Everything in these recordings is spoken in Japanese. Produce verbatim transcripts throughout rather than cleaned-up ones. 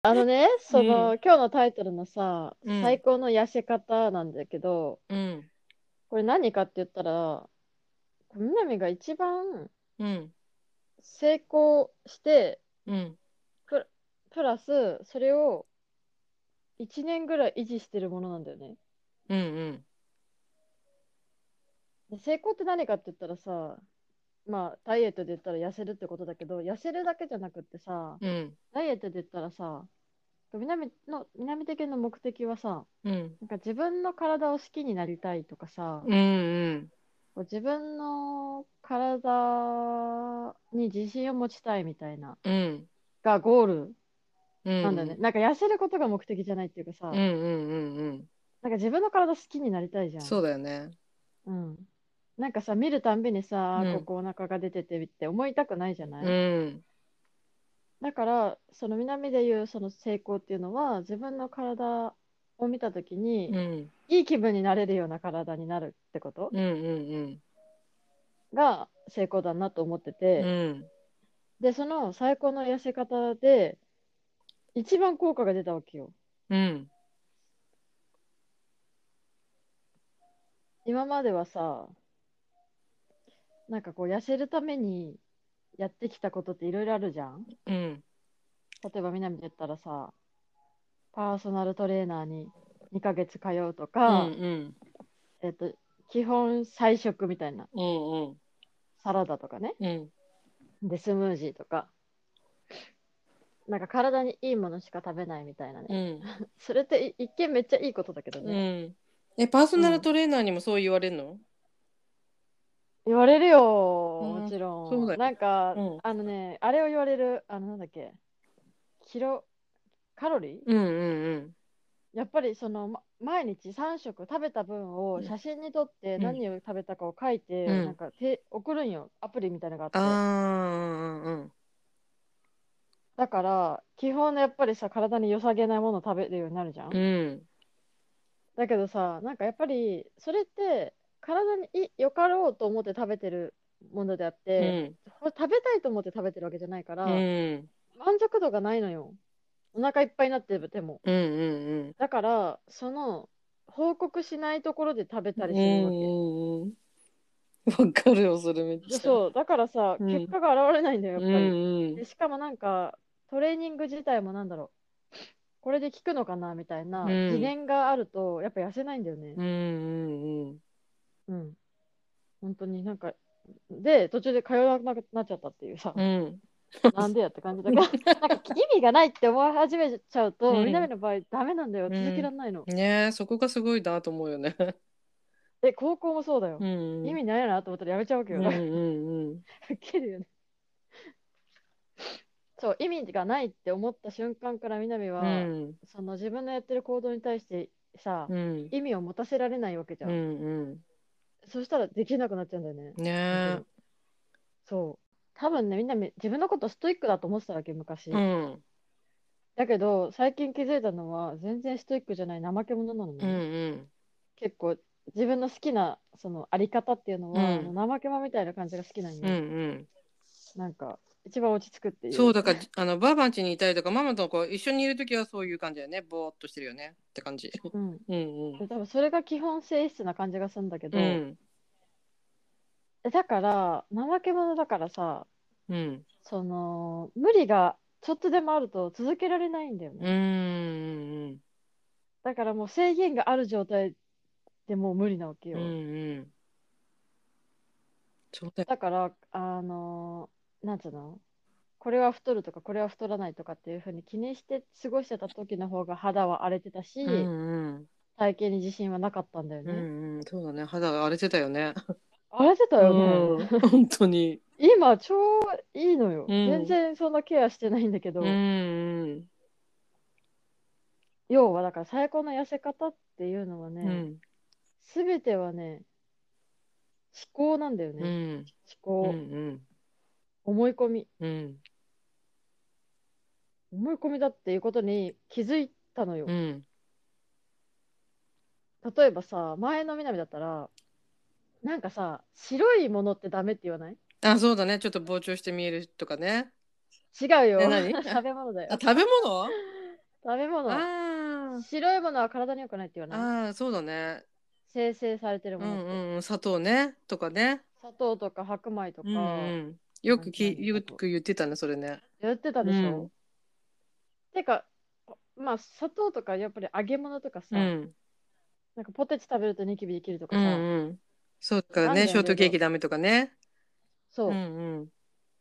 あのね、 うん。 その、今日のタイトルのさ、 うん。 最高の痩せ方なんだけど、 うん。 これ何かって言ったら、みなみが一番うん。 成功して、 うん。 プ、プラス、それをいちねんぐらい維持してるものなんだよね。 うん。 で成功って何かって言ったらさ、まあ、ダイエットで言ったら痩せるってことだけど、痩せるだけじゃなくってさ、 うん。 ダイエットで言ったらさ、南の、南的な目的はさ、 うん。 なんか自分の体を好きになりたいとかさ、 うん。 こう自分の体に自信を持ちたいみたいな、 うん。 がゴールうん。 なんだよね。 うん。 なんか痩せることが目的じゃないっていうかうん。 さ、 うん。 なんか自分の体好きになりたいじゃそうん。 だよね。 うん。なんかさ、見るたんびにさ、こうん。 こお腹が出ててって思いたくないじゃなうい。 ん。 だから、その南で言うその成功っていうのは、自分の体を見たときに、 うん。 いい気分になれるような体になるってことうん。うん。 が成功だなと思ってて、 うん。 で、その最高の痩せ方で、一番効果が出たわけよ。 うん。 今まではさ、なんかこう痩せるためにやってきたことっていろいろあるじゃん。 うん。 例えば南で言ったらさ、パーソナルトレーナーににかげつ通うとうん。 か、 うん。 えっと、基本菜食みたいな、 うん。 サラダとかね、 うん。 で、スムージーとか、なんか体にいいものしか食べないみたいなね。 うん。 それって一見めっちゃいいことだけどうね。 ん。え、パーソナルうん。 トレーナーにもそう言われるの？ 言われるよ、もうん。 ちろん。 そうだよ。 なんか、 うん。 あのね、あれを言われる、あの、なんだっけ、キロ、カロリーうん。うん。 やっぱりその、ま毎日さん食食べた分をうん。 写真に撮ってうん。 何を食べたかを書いて、なんうん。 かて送るんよ。アプリみたいなのがあっああ、 て。 うんうん。 だから、基本やっぱりさ、体に良さげなものを食べるようになるじゃうん。 ん。 だけどさ、なんかやっぱり、それって、体にい良かろうと思って食べてるものであって、 うん。 ほ食べたいと思って食べてるわけじゃないかうら、 ん。 満足度がないのよ。お腹いっぱいになってても。 うん。 だから、その、報告しないところで食べたりうん。 するわけ。 うん。わかるよ、それめっで、 ちゃ。 そう、だからさ、 うん。 結果が現れないんだよ、やうっぱり。 ん。 で、しかもなんか、トレーニング自体もなんだろう、これで効くのかなみたいな疑うん。 念があると、やっぱ痩せないんだよね。 うん。うん。 うん。本当になんか、で、途中で通わなくなっちゃったっていうさ、 うん。 なんでやって感じだから、なんか意味がないって思い始めちゃうと、みなみうん。 の場合、ダメなんだよ。続けらうん。 れないの。 ねえ、そこがすごいなと思うよね。 え、高校もそうだよ。 うん。 意味ないなと思ったらやめちゃうわけよ。 うん。 だから、 うん。 ウケるよね。そう、意味がないって思った瞬間から南うは、 ん。 その自分のやってる行動に対してさ、 うん。 意味を持たせられないわけじゃん。 うん。うん。 そしたらできなくなっちゃうんだよね。 ね本当に。 え。 そう。多分ね、みんな自分のことストイックだと思ってたわけ、 う昔。 ん。 だけど、最近気づいたのは、全然ストイックじゃない怠け者なのうん。 ね。 うん。 結構、自分の好きな、その、あり方っていうのは、もうん。 う怠け者みたいな感じが好きなんうん。 よ。 うん。 なんか、一番落ち着くっていう。 そうだから、あの、ばあばん家にいたりとか、ママとこう一緒にいるときはそういう感じだよね。ぼーっとしてるよね。って感じ。 うん。 うん。 で、多分それが基本性質な感じがするんだけど、 うん。 えだから、怠け者だからさ、 うん。 その、無理がちょっとでもあると続けられないんだようね。 ん。 だからもう制限がある状態でもう無理なわけうん。 よ。 うん。そうだよ。 だから、あのーなんつうのこれは太るとか、これは太らないとかっていうふうに気にして過ごしてた時の方が肌は荒れてたうし、 ん。うん。 体型に自信はなかったんだようね。 ん。うん。そうだね。肌が荒れてたよね。 荒れてたうよね。 ん。本当に。 今、超いいのよ。全うん。 然そんなケアしてないんだけうど、 ん。 要はだから最高の痩せ方っていうのはね、 うん。 すべてはね、思考なんだよね。 うん。 思考。 うん。うん。 思い込み。 うん。 思い込みだっていうことに気づいたのよ。 うん。 例えばさ、前の南だったら、なんかさ、白いものってダメって言わない？ あ、そうだね。ちょっと膨張して見えるとかね。 違うえ、 よ。 何？ 食べ物だあ、 よ。 食べ物？ 食べ物、 あ白いものは体に良くないって言わあ、 ない？ ああ、そうだね。 生成されてるうものって。 んうん、砂糖ね、とかね。 砂糖とか白米とうんか、 うん。よなくき、 何あと、 よく言ってたね、それね。 やってたでしょ？ うん。 てか、まあ、砂糖とかやっぱり揚げ物とかさ、 うん。 なんかポテチ食べるとニキビできるとうかさ、 んうん。そうだからね、 あんじゃん、 ショーいろいろ。 トケーキダメとかね。うんそうん。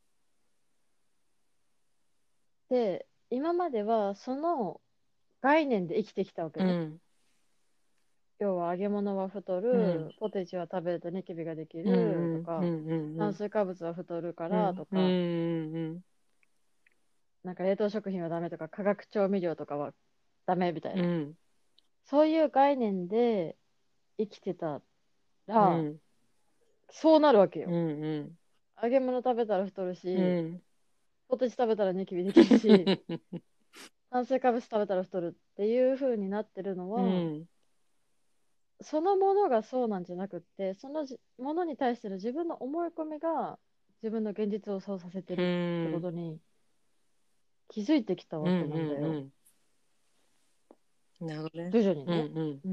う。で、今まではその概念で生きてきたわけね。 うん。 要は揚げ物は太うん。 る、ポテチは食べるとニキビができうんるとうん。うか、 んうんうん。 炭水化物は太るかうん。うんらとか、 うん。 なんか冷凍食品はダメとか、化学調味料とかはダメみたいな。 うん。 そういう概念で生きてたら、 うん。 そうなるわけうよ。 んうん。 揚げ物食べたら太るうし、 ん。 ポテチ食べたらニキビできるし、炭水化物食べたら太るっていう風になってるのは、 うん。 そのものがそうなんじゃなくって、そのじものに対しての自分の思い込みが自分の現実をそうさせてうるってこん。 とに気づいてきたわけうん。 なんだよ。 うん。なるほどね。うん徐々にね。 うん。 うん。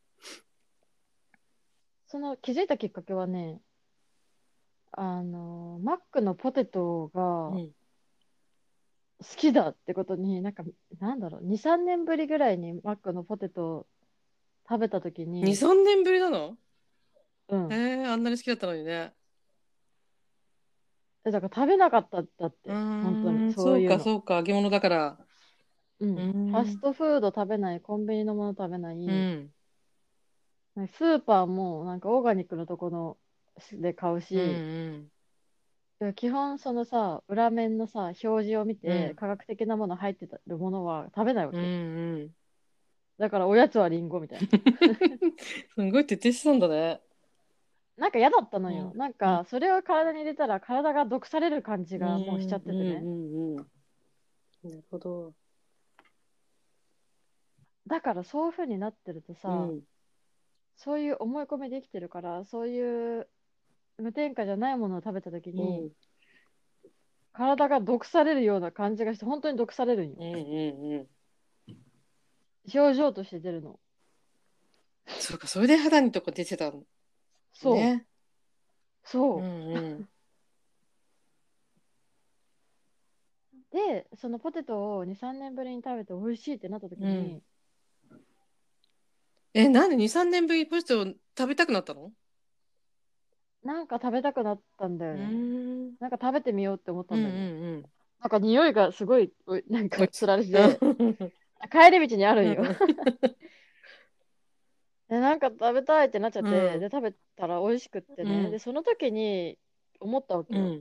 その気づいたきっかけはね、あの、マックのポテトがうん。 好きだってことに、なんか、なんだろう、に、さんねんぶりぐらいにマックのポテトを食べたときに、 に、 さんねんぶりなの？へうん。 え、あんなに好きだったのにね。 えだから食べなかったんだっうて、本当に、 ーん、そうそういうの。 かそうか、揚げ物だから。うーうん。ファスん。 トフード食べない、コンビニのもの食べない、 うん。 なんかスーパーもなんかオーガニックのとこので買ううんし、 うん。 で基本そのさ、裏面のさ、表示を見て、 うん。 科学的なもの入ってるものは食べないわうんけ。 うん。 だからおやつはリンゴみたいな。 すごい徹底してたんだね。 なんか嫌だったのよ。 うん。 なんうん。 かそれを体に入れたら体が毒される感じうんがもうしちゃっててね。 うんうん。なるほど。 だからそういう風になってるとさ、 うん。 そういう思い込みできてるから、そういう無添加じゃないものを食べた時に、 うん。 体が毒されるような感じがして、本当に毒されるんよ。 うんうんうん。 症状として出るの。 そうか、それで肌にとこ出てたのそね。 う。 うそんうん。 う。で、そのポテトをに、さんねんぶりに食べて美味しいってなった時うん。 に、 え、なんでに、さんねんぶりにポテトを食べたくなったの？ なんか食べたくなったんだうーよね。 ん。 なんか食べてみようって思っうんうたんだよね。 んうん。 なんか匂いがすごい、おなんかこいつ。 つられうんて、帰り道にあるんよ。 うんで、なんか食べたいってなっちゃっうて、で、 ん食べたら美味しくってね。で、 うんその時に思ったわけよ。 うん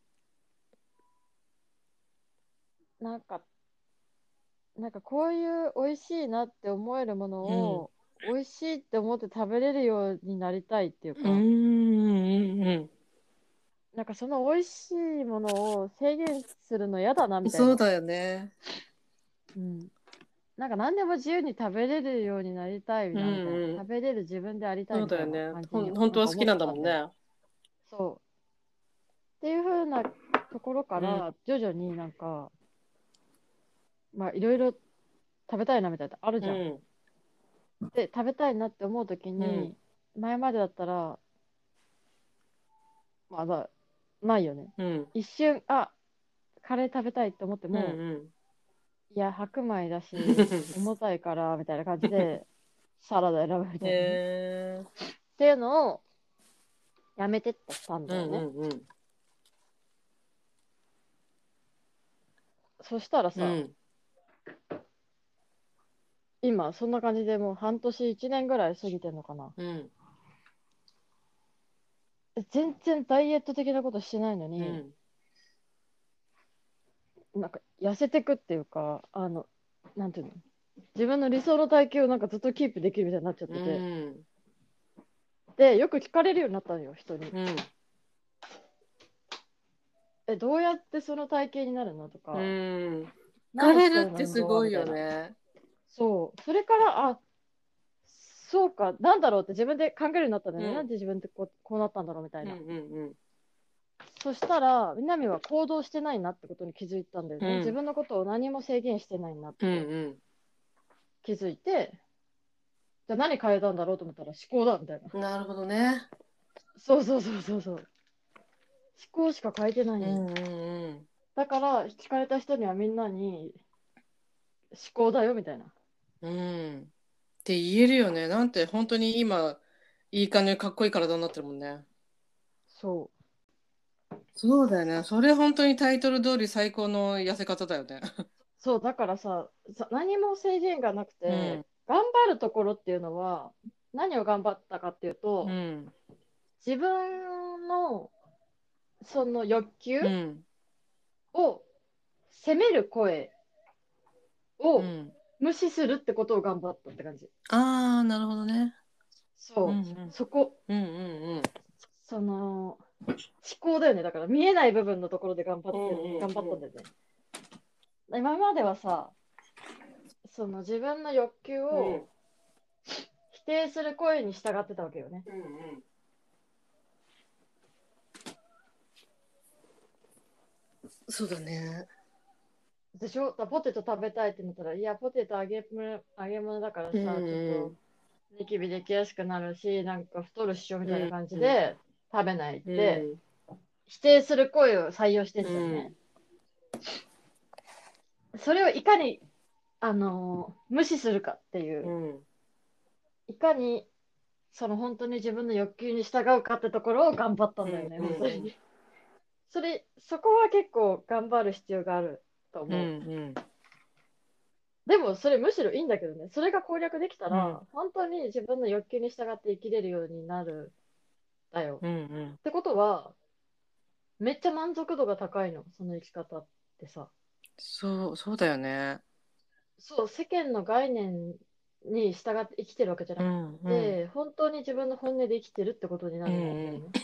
なんか、なんかこういう美味しいなって思えるものうんを、美味しいって思って食べれるようになりたいっていううんか、 うんなんかその美味しいものを制限するの嫌だなうん。 みたいな。 そうだよね。 うん。なんか何でも自由に食べれるようになりたいうんなみたいな。 うん。 食べれる自分でありたいそうみたいなだよね。ほん、 感じに本当なんか思っは好きなんだたんだよ。 もんね。 そう。っていう風なところかうんら徐々になんか、まあいろいろ食べたいなみたいなあるじゃん。 うんで、食べたいなって思うときうんに、前までだったら、まだないよね。 うん一瞬、あ、カレー食べたいって思ってうんも、 うんいや、白米だし、重たいから、みたいな感じで、サラダ選ぶみへたいなね。っえ。 ていうのをやめてったんうんうだよね。 んうんそしたらさ、 うん今、そんな感じでもう半年、一年ぐらい過ぎてんのかな。 うん全然ダイエット的なことしてないのに、 うんなんか痩せてくっていうか、あの、なんていうの、自分の理想の体型をなんかずっとキープできるみたいになっちゃっうてて。 んで、よく聞かれるようになったのよ、人に。 うんえ、どうやってその体型になるのとうか、 ん。疲何してれるってるの運動はすごいよみたいな。 ね。 そう。それから、あ、そうか、なんだろうって自分で考えるようになったんだよね。なんうんで自分ってこう、こうなったんだろうみたいな。 うんうんそしたら南は行動してないなってことに気づいたんだよね、 うん自分のことを何も制限してないなっうんうてん。 気づいて、じゃあ何変えたんだろうと思ったら思考だみたいな。 なるほどね。 そうそうそうそうそう、思考しか変えてないのよ、 うんうんうん。 だから聞かれた人にはみんなに思考だよみたいな。 うん。って言えるよね。なんて本当に今いい感じでかっこいい体になってるもんね。 そそうだよね。それ本当にタイトル通り最高の痩せ方だよね。 うそう、だからさ、さ何も制限がなくうて、 ん。 頑張るところっていうのは何を頑張ったかっていううと、 ん。 自分のその欲求うん。 を責める声をうん。 無視するってことを頑張ったって感じ。 ああ、なるほどね。うんうそう、 ん。 そこ、 うんうんその思考だよね。だから見えない部分のところで頑張っうん。うてる、 んうん頑張ったんだよね。今まではさ、その自分の欲求うん。うんを否定する声に従ってたわけよね。 うん。そうだね。 でしょ。だポテト食べたいってなったら、いや、ポテト揚げ物、揚げ物だからうんさ、ちょっとうんニキビできやすくなるし、なんか太るっしょみたいな感じうんで食べないっうて、 ん否定する声を採用してんうじゃんね。 んそれをいかに、あのー無視するかっていう、 うんいかにその本当に自分の欲求に従うかってところを頑張ったんだよね、 うん本当に。それ、そこは結構頑張る必要があるとうん思う。 うんでもそれむしろいいんだけどね、それが攻略できたら、 うん本当に自分の欲求に従って生きれるようになるだよ。 うん。 ってことは、めっちゃ満足度が高いの、その生き方ってさ。 そうそうだよね。 そう、世間の概念に従って生きてるわけじゃうなくんうんて、本当に自分の本音で生きてるってことになうるんだんよね。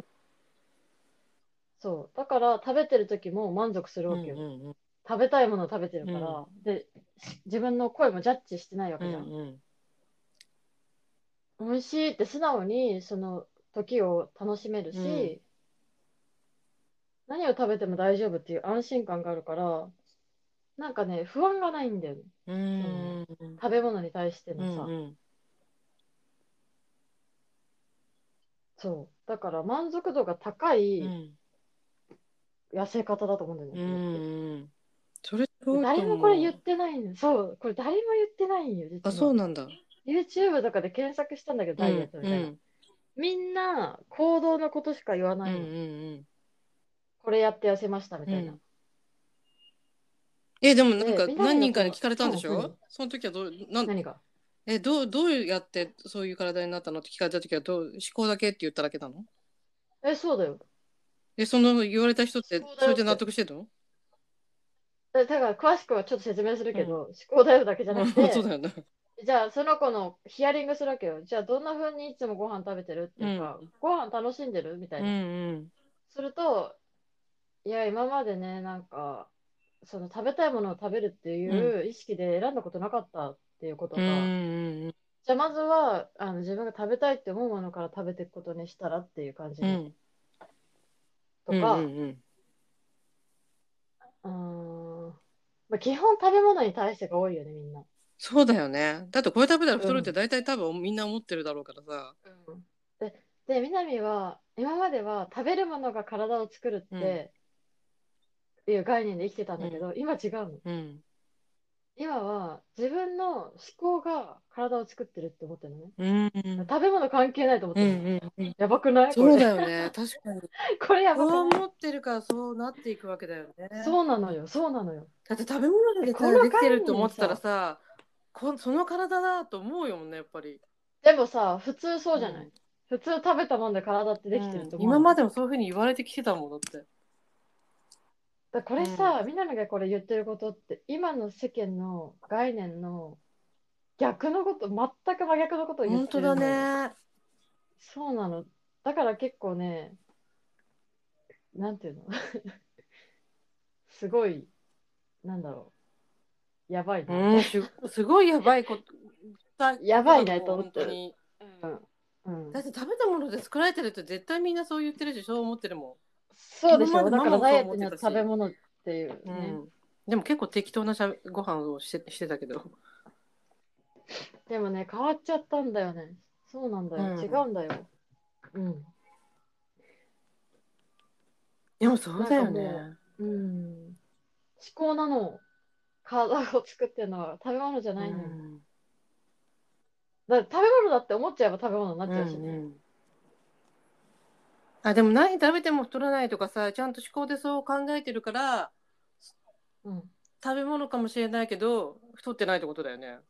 そう。だから食べてる時も満足するうんわけよ。 うん食べたいものを食べてるうんから。で、自分の声もジャッジしてないわうけじゃん。 ん美味しいって素直にその時を楽しめるうんし、何を食べても大丈夫っていう安心感があるから、なんかね、不安がないんだよね。 うそのんうん食べ物に対してうのさ。 んそう。だから満足度が高いうん痩せ方だと思うんだよね、 うこれって。 ん。それすでごいと誰もこれ思う。 言ってないの。そう、これ誰も言ってないんよ、 あ、 実は。 そうなんだ。 YouTube とかで検索したんだけど、ダイエッうんトみたいな。 うんみんな行動のことしか言わうんうないの。 んこれやって痩せましたみたいな。 うん。え、でもなんで、 か何人かに南のこの、 聞かれたんでしうん、何ょ？その時はどう、なん、 何がえ、どう、どうやってそういう体になったのって聞かれた時はどう、思考だけって言っただけなの？ え、そうだよ。 え、その言われた人って思考だそれで納よって。 得してるの？ えだから詳しくはちょっと説明するうん。 けど、思考だよだけじゃなくそうて、 だよね。 じゃあその子のヒアリングするわけよ。じゃあどんな風にいつもご飯食べてるってうん。 いうか、ご飯楽しんでるみたうんいな。 うん。 すると、いや、今までね、なんか、その食べたいものを食べるってうん。 いう意識で選んだことなかったっていうこうとか、 ん。 じゃあまずはあの自分が食べたいって思うものから食べていくことにしたらっていう感じで。 うん。うん。うとか、 ん。 うーん、まあ、基本食べ物に対してが多いよね、みんな。 そうだよね。だってこれ食べたら太るってうん。 大体多分みんな思ってるだろうからさ。 うん、で、で、南は、今までは食べるものが体を作るうん。 っていう概念で生きてたんうん。 だけど、今違うの。 うん。 今は自分の思考が体を作ってるって思ってるのね。 うん。 食べ物関係ないと思ってるの。 うん。うんうん。 やばくないこそうれ。 だよね。確かに。 これやばくそうない？ 思ってるからそうなっていくわけだよね。 そうなのよ、そうなのよ。 だって食べ物え、 でこのさできてる概と思ってたら念さ、 さ、こその体だと思うよね、やっぱり。 でもさ、普通そうじゃない？ うん。 普通食べたもんで体ってできてるうん。 と思わない？ 今までもそういうふうに言われてきてたもんだって。 だこうん。 れさ、南がこれ言ってることって、今の世間の概念の逆のこと、全く真逆のことを言っ本当だてるんだよね。 ね。 そうなの。だから結構ね、なんていうのすごい、なんだろう、やばいな、みたいうん、す、すごいやばいこと、 な。やことばいねだと思う、 と思ってる。 本当に。 うん。うん。 だって食べたもので作られてるって絶対みんなそう言ってるし、そう思ってるもそうでしょ。 今までだからダイエママもそうットには食べ思ってたし、 物っていううね。 ん、でも結構適当なしゃご飯をしてしてたけど、 でもね、変わっちゃったんだよね。そうなんだよ。違うん、 うんだよ。うん。 でもそうなんだかもよね。 う、うん。思考なの。体を作ってるのは食べ物じゃうないのよ。 ん、 だから食べ物だって思っちゃえば食べ物になっうん、 ちゃうしね。 うん。あ、でも何食べても太らないとかさ、ちゃんと思考でそう考えてるから、 うん。 食べ物かもしれないけど、太ってないってことだよね。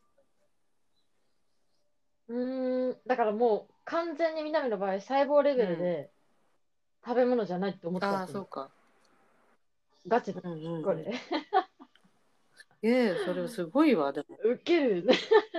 うーん。だからもう完全に南の場合、細胞レうん。 ベルで食べ物じゃないって思っちゃああ、 ってるの。 そうか。 ガチで。 うんうんうん。 これ。 ええ、それはすごいわ、でも。 ウケるね。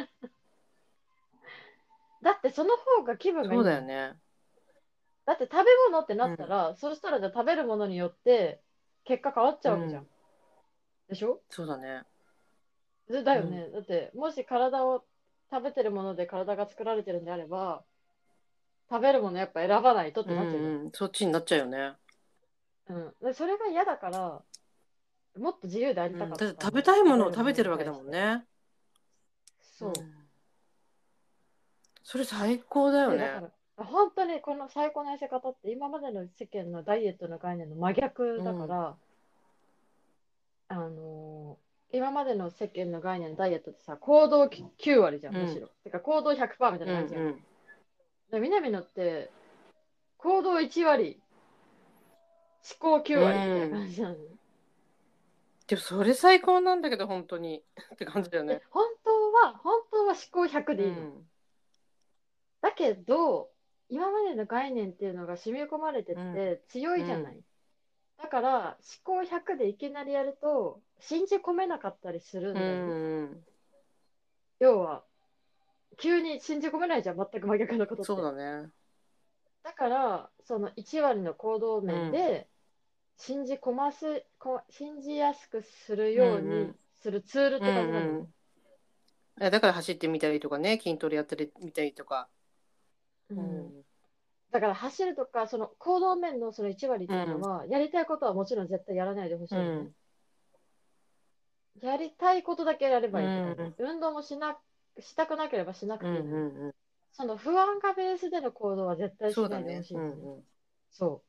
だってその方が気分がそういいもん。 だよね。 だって食べ物ってなうん。 ったら、そしたらじゃあ食べるものによって結果変わっちゃうわけじゃん。 うん。 でしょ？ そうだね。 でだうん。 よね。だってもし体を食べてるもので体が作られてるんであれば、食べるものやっぱ選ばないとっうてなっちゃうじゃん。 んうん。そっちになっちゃうよね。 うん。でそれが嫌だから、もっと自由でありうん。 たかだって食ったのよ。 べたいものを食べるもの食べてるわけだに対して。 もんね。うそん。それ最高だう。で、だかよね。 ら、本当にこの最高の痩せ方って今までの世間のダイエットの概念の真逆うん。 だから、あのー今までの世間の概念のダイエットってさ、行動きゅう割じゃん、 うん。 むしろ。てか行動ひゃくパーセントみたいうんな感じやん。 うん。 で、南のって行動いち割、思考きゅうう割みたいなん。 感じなのね。 でもそれ最高なんだけど、本当に。ってうん、で、 感じだよね。 本当は、本当は思考ひゃくでいいの。 うん。 だけど、今までの概念っていうのが染み込まれてっうん。 て強うん。 いじゃない。だから思考ひゃくでいきなりやると信じ込めなかったりするうんだよね。 ん。 要は急に信じ込めないじゃん、全く真逆のことっそうて。 だね。 だからそのいち割の行動うん。 面で信じ込ますこ信じやすくするうんようにうん。 するツールっうて感じなのね。 んうん。えだから走ってみたりとかね、筋トレやってみたりとか。 うん、 うん。 だから走るとかその行動面のそのいち割っていうのうん。 はやりたいことはもちろん絶対やらないでほしいのね。 うん。 やりたいことだけやれうばいいって感じ。 ん。 運動もしなしたくなければしなくうんていいのね。 うんうん。 その不安がベースでの行動は絶対しないでほそうだね。 しいのね。 うんうん。 そう。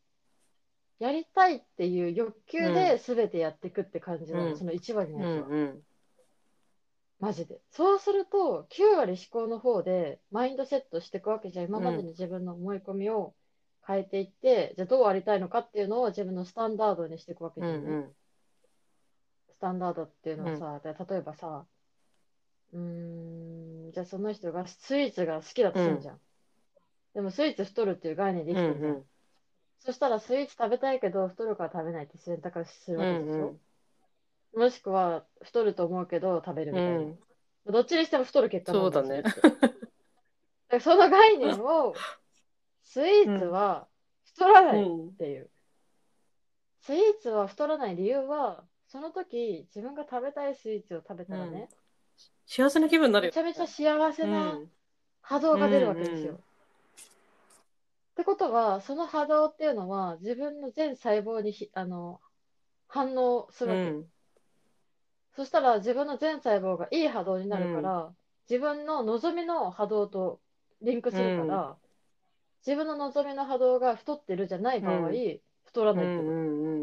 やりたいっていう欲求でうん。 全てやっていくって感じなの。そうん。 のいち割のうやつは。 んうん。 マジで。そうすると、きゅう割思考の方でマインドセットしていくわけじゃん。今までの自分の思い込みを変えていって、じゃあどうありたいのかっていうのを自分のスタンダードにしていくわけうんじゃんね。 うん。 スタンダードっていうのうん。 はさ、で例えばさ、うーん、じゃあその人がスイーツが好きだとうん。 すんじゃん。でもスイーツ太るっていう概念でう生きてんじゃん。 んそしたらスイーツ食べたいけど太るから食べないって選択するうわけでしょ？ ん。 もしくは太ると思うけど食べるみたいな。 うん。 どっちにしても太る結果なんだよ、それそうだね。 って。だからその概念をスイーツうん。 は太らないっうん。 ていう。スイーツは太らない理由は、その時自分が食べたいスイーツを食べうん。 たらね、 幸せな気分になるよめちゃめちゃね。 幸せうなん。 波動うが出るわんうん。 けですよ。ってことは、その波動っていうのは自分の全細胞にひあの反応するわけ。 うん。 そしたら自分の全細胞がいい波動になるかうん。 ら、自分の望みの波動とリンクするかうん。 ら、自分の望みの波動が太ってるじゃない場合、 うん。 太らうん。 ないってこと。っうん。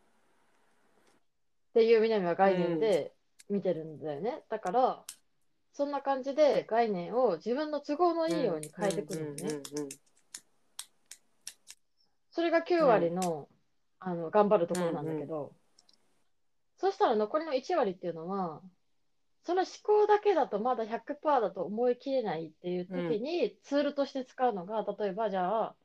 ていう南は概念うん。 で見てるんだよね。だから、そんな感じで概念を自分の都合のうん。 いいようにうん。 変えていくうん。 のね。 うん。 それがきゅう割の、あの頑張るとうん。 ころなんうん。 だけど、そしたら残りのいち割っていうのは、その思考だけだとまだひゃくパーセントだと思い切れないっていううん。 時にツールとして使うのが、例えばじゃあ、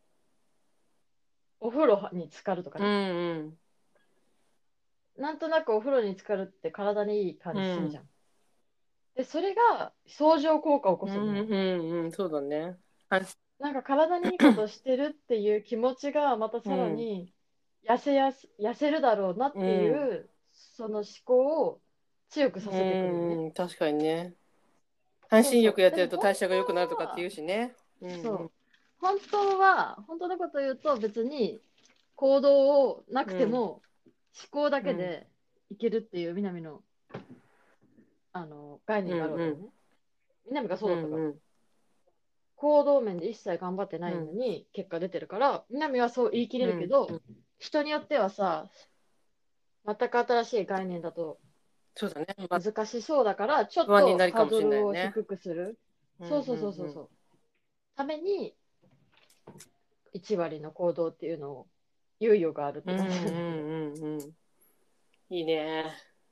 お風呂に浸かるとかうね。 ん。 なんとなくお風呂に浸かるって体にいい感うん。 じすんじゃん。で、それが相乗効果を起こうん。 すのね。 うん。うん。そうだね。はい。 なんか体にいいことしてるっていう気持ちがまたさらうん。 に痩せやす、痩せるだろうなっていうん。 う、その思考を強くさせていくのね。 うん。確かにね。半身そうそう。 浴やってるとでも本代謝が良くなるとかって言当は、 うしね。うん。うん。 そう。本当は、本当のこと言うと別に行動をなくてうんも思考だけうんでいけるっていう南の、あの概念があるわけだよね。南がそううだったから。 んうん行動面で一切頑張ってなうんいのに結果出てるから、南はそう言い切れうんるけど、 うん。 人によってはさ、全く新しい概念だとそうだね。まあ、 難しそうだから、ちょっ不安にとなるかもしれないハードルよね。 を低くする。 うんそうそうそうそうそう。ためにいち割の行動っていうのを猶予があるっうんうんて感じなんだけど。 うんうんうん。いいね。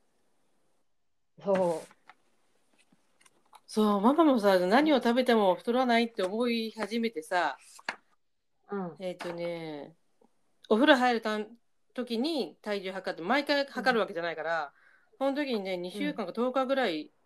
そそう、ママもさ、 う。ね。 何を食べても太らないって思い始めてさ、 うん。 えっとね、お風呂入るたん時に体重測って、毎回うん。 測るわけじゃないから、その時にね、2週うん。 間かとおかぐらい、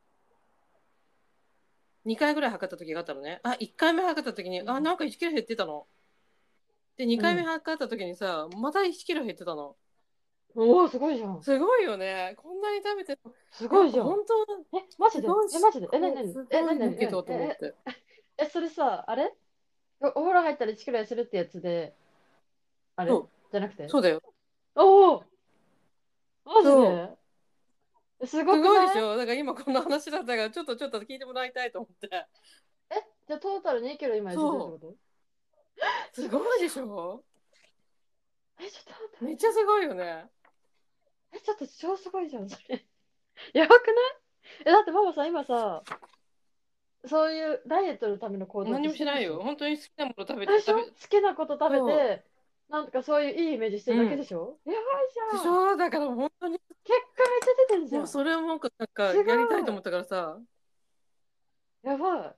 にかいぐらい測った時があったのね。あ、いっかいめ測った時に、あ、なんかいちキロ減ってたの。で、2回目うん。 測った時にさ、またいちキロ減ってたの。 おお、すごいじゃん。 すごいよね。こんなに食べても、 すやっごいじゃん。 ぱ本当、 え、マジですごいえ、マジでえ、なにこう、 なにえ、 すごなにないんだけどになにえ、え、 と思って。 え、それさ、あれおお風呂入ったらいちキロ痩せるってやつで、あれそう、 じゃなくてそうだよ。 おお、マジそう。 で、えすごすくないごいでしょ。だから今この話だったから、ちょっとちょっと聞いてもらいたいと思って。 え、じゃあトータルにキロ今痩せてるってそことう。すすごいごいでしじゃん。 ょ。 え、ちょっと待って待って。 めっちゃすごいよね。 え、ちょっと超すごいじゃん、それ。やばくないえ、だってママさ、今さ、そういうダイエットのための行動って何もしないよ。 してるでしょ本当に好きなもの食べて、 あれでしょ食べ、 好きなこと食べそて、なんとかそういういいイメージしてう。 るだうん。 けでしょやばいでしじゃん。 ょ。だから本当に、 結果めっちゃ出てるじゃん。 もうそれをなんか、なんかすごい。 やりたいと思ったからさ、 やば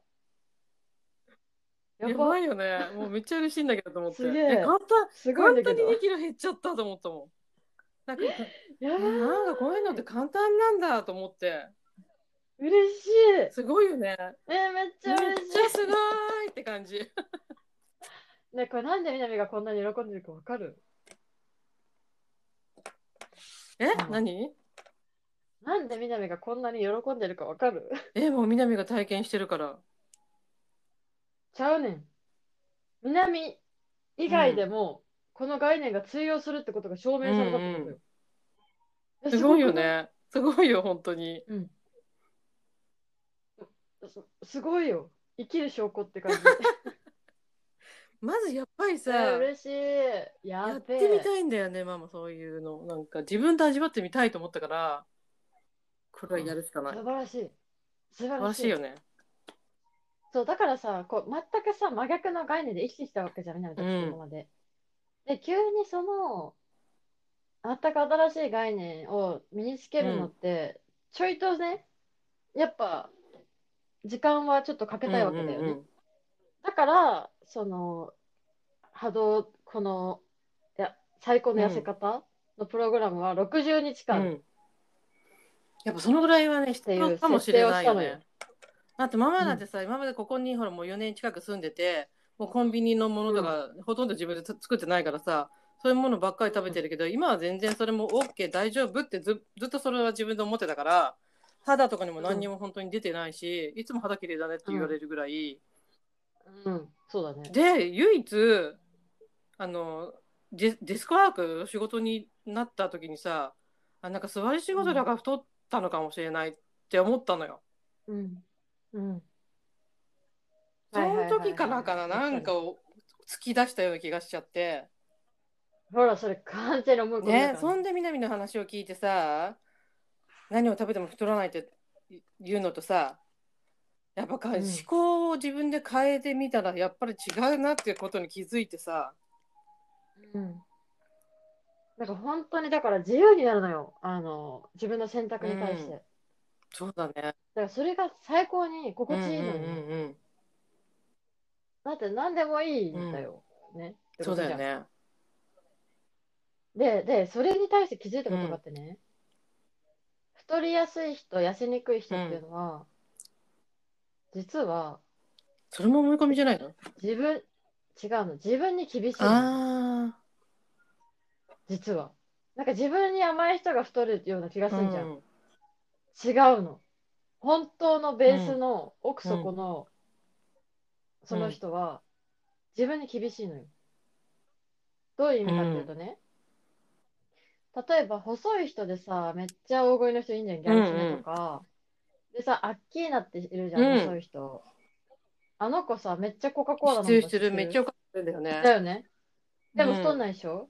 い。ややばば。 いよね。もうめっちゃ嬉しいんだけどと思って。え、 すげえ。 簡単、 すごい簡んだけど。 単ににキロ減っちゃったと思ったもん。なんか、 やばえ、なんかこういうのってい。 簡単なんだと思って。 嬉しい。 すごいよね。 えー、めっちゃめっ嬉しちゃすごいって感じ。 い。ね、これなんでみなみがこんなに喜んでるかわかるえ、 ママ。 何？ なんでみなみがこんなに喜んでるかわかるえ、もう南が体験してるから。 ちゃうねん。南以うん。 外でも、この概念が通用するってことが証うん明されたってこうん。 とよ。え、すすごいごくない？ よね。すごいよ、本当に。 うん。す、すごいよ。生きる証拠って感じ。 まずやっぱりえー、 さ、 嬉しい。ややっべえ。 てみたいんだよね、ママ、そういうの。なんか自分で味わってみたいと思ったから、これはやるしかない。 素晴らしい。素晴素晴らしい。 らしいよね。 そう、だからさ、こう、全くさ、真逆の概念で生きてきたわけじゃん、みなみたちって今うん。 まで。で、急にその、全く新しい概念を身につけるのっうん。 て、ちょいとね、やっぱ、時間はちょっとかけうんたいわうんうけだよね。 ん。 だから、その、波動、この、いや、最高の痩せうん。 方のプログラムはろくじゅうにちかんっうん。やっぱそのぐらいはね、必てい要う設定かもしれをしたのよ。 ないよね。だってママうん。 なんてさ、今までここにほらもうよねん近く住んでて、もうコンビニのものうん。 とかほとんど自分で作ってないからさ、そういうものばっかり食べてるけど、今は全然それも OK 大丈夫ってずずっとそれは自分で思ってたから、肌とかにも何にうん。 も本当に出てないし、いつも肌綺麗だねってうん。 言われるぐらい。 うん。そうだね。 で、唯一、あの、デデスクワーク仕事になった時にさ、あ、なんか座り仕うん。 事だから太ったのかもしれないって思ったのよ。 うん。うん。 そはいはいはの時いはいはい。 からかな、 やっぱり。 なんかを突き出したような気がしちゃって。 ほら、それ完全に思い込みだね、 からね。 そんで南の話を聞いてさ、何を食べても太らないって言うのとさ、やっぱか思うん。 考を自分で変えてみたらやっぱり違うなっていうことに気づいてさ、 うん。なんか本当にだから自由になるのよ。あの、自分の選択うん、 に対して。だかそうだね。 らそれが最高に心地いいうんうんのよね。 うんだって何でもいいうん。うん、 んだよ。ね。ってそうことじゃん。 だよね。 で、で、それに対して気づいたことがあうん、 ってね、太りやすい人、痩せにくい人っていううん。 のは、実はそれも思い込みじゃないの？ 自分、違うの。自分に厳しいのよ。 あ実は。なんか自分に甘い人が太るような気があー、 すんじゃん。 うん、 違うの。本当のベースうん、 の奥うん、 底のそのうん。 人は自分に厳しいのよ。 どういう意味かっていううんとね、例えば細い人でさ、めっちゃ大声の人いいんじゃん、ギうャル曽根とんか。でさ、アッキーナっているじゃん、 うん。 細い人。あの子さ、めっちゃコカ・コーラ飲むの知ってる知ってる。 知ってる？ めっちゃよかったんだよね。 だよね。でも太んうん。 ないでしょ？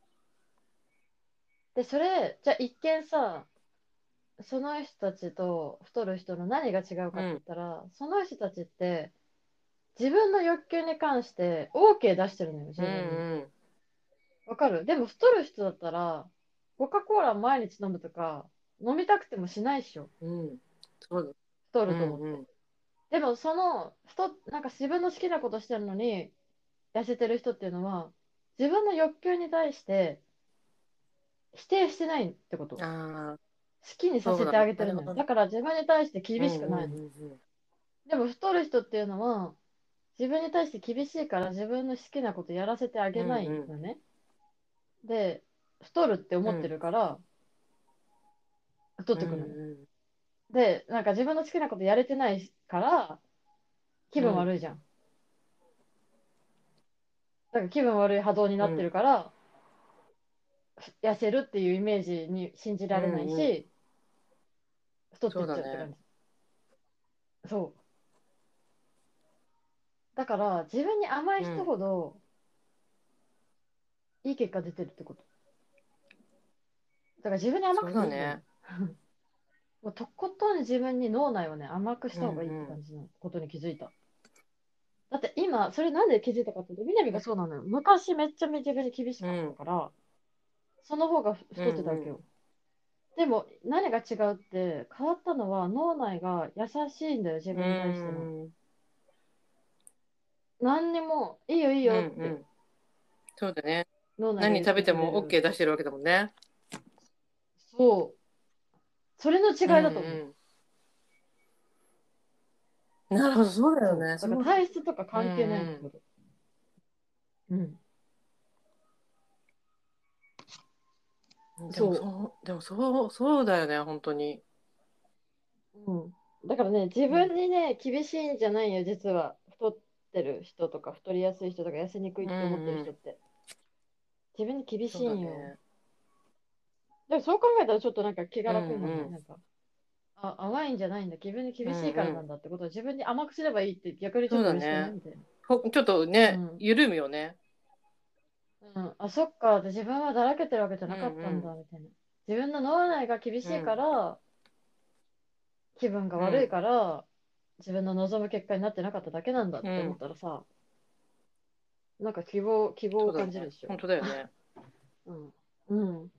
で、それ、じゃあ一見さ、その人たちと太る人の何が違うかって言うんったら、その人たちって自分の欲求に関して OK 出してるのよ、 うん自分に。 うんわかる？でも太る人だったら、コカ・コーラ毎日飲むとか、飲みたくてもしないっしょ。 うん。そうだ。 太うると思って。 んうんでも、その、太、なんか自分の好きなことしてるのに、痩せてる人っていうのは、自分の欲求に対して否定してないってこと。好ああ、 きにさせてそうだね。 あげてるのよ。 なるほどね。 だから自分に対してうんう厳しくないの。 んうんでも太る人っていうのは、自分に対して厳しいから自分の好きなことやらせてあうん。 げないうんのね。で、太るって思ってうん。 るから、太っうんてくのよ。 うんで、なんか自分の好きなことやれてないから、気うん。 分悪いじゃん。だから気分悪い波動になってうんるから、痩せるっていうイメージに信じうられないんうん。 し、太ってっそうだね。 ちゃうって感じ。そう。だから、自分に甘い人うん。 ほどいい結果出てるってこと。だから自分に甘そうくていいんだよ。 だね。 もうとことん自分に脳内をね、甘くしうんた方がいいってうん。 感じのことに気づいた。だって今、それなんで気づいたかっていうと、みなみがそうなのよ。昔めっちゃ自分に厳しかったうんから、その方がう太ってたわけよ。 んうん。 でも、何が違うって、変わったのは脳内が優しいんだよ、自う分に対しての。 んうん何にも、いいよいいうんよって、 うん。そうだね。 脳内が言っ何食べてもてくれる。 OK 出してるわけだもんね。 そう。それの違いうんだと思う。 うん。なるほど、そうだよね。 そう。だからそう。 体質とかうん関係ないってうん。 こと。うん。 でもそそう、でもそう、そうだよね、本当に。 う。うん。だからね、自うん、 分にね、厳しいんじゃないよ、実は。太ってる人とか、太りやすい人とか、痩せにくいうんって思ってるうん。 人って。自分に厳しそうだいんよ。 ね。 でもそう考えたらちょっとなんか気がうん楽にならない？ うん。 なんか、あ、甘いんじゃないんだ。自分にう厳しいからなんうん。 んだってことは自分に甘くすればいいって逆にちょそうっと嬉しくないだね。 みたいな。 ほちょっとね、 うん。 緩むよね。 うん。あ、そっか。で自分はだらけてるわけじゃうんなかったんだ、 うん。 みたいな。自分の脳内が厳しいかうんら、気分が悪いうん。 から、自分の望む結果になってなかっただけなんだって思っうん。 たらさ、なんか希望、希望をそうだね。 感じるでしょ。 本当だよね。 うん。うん。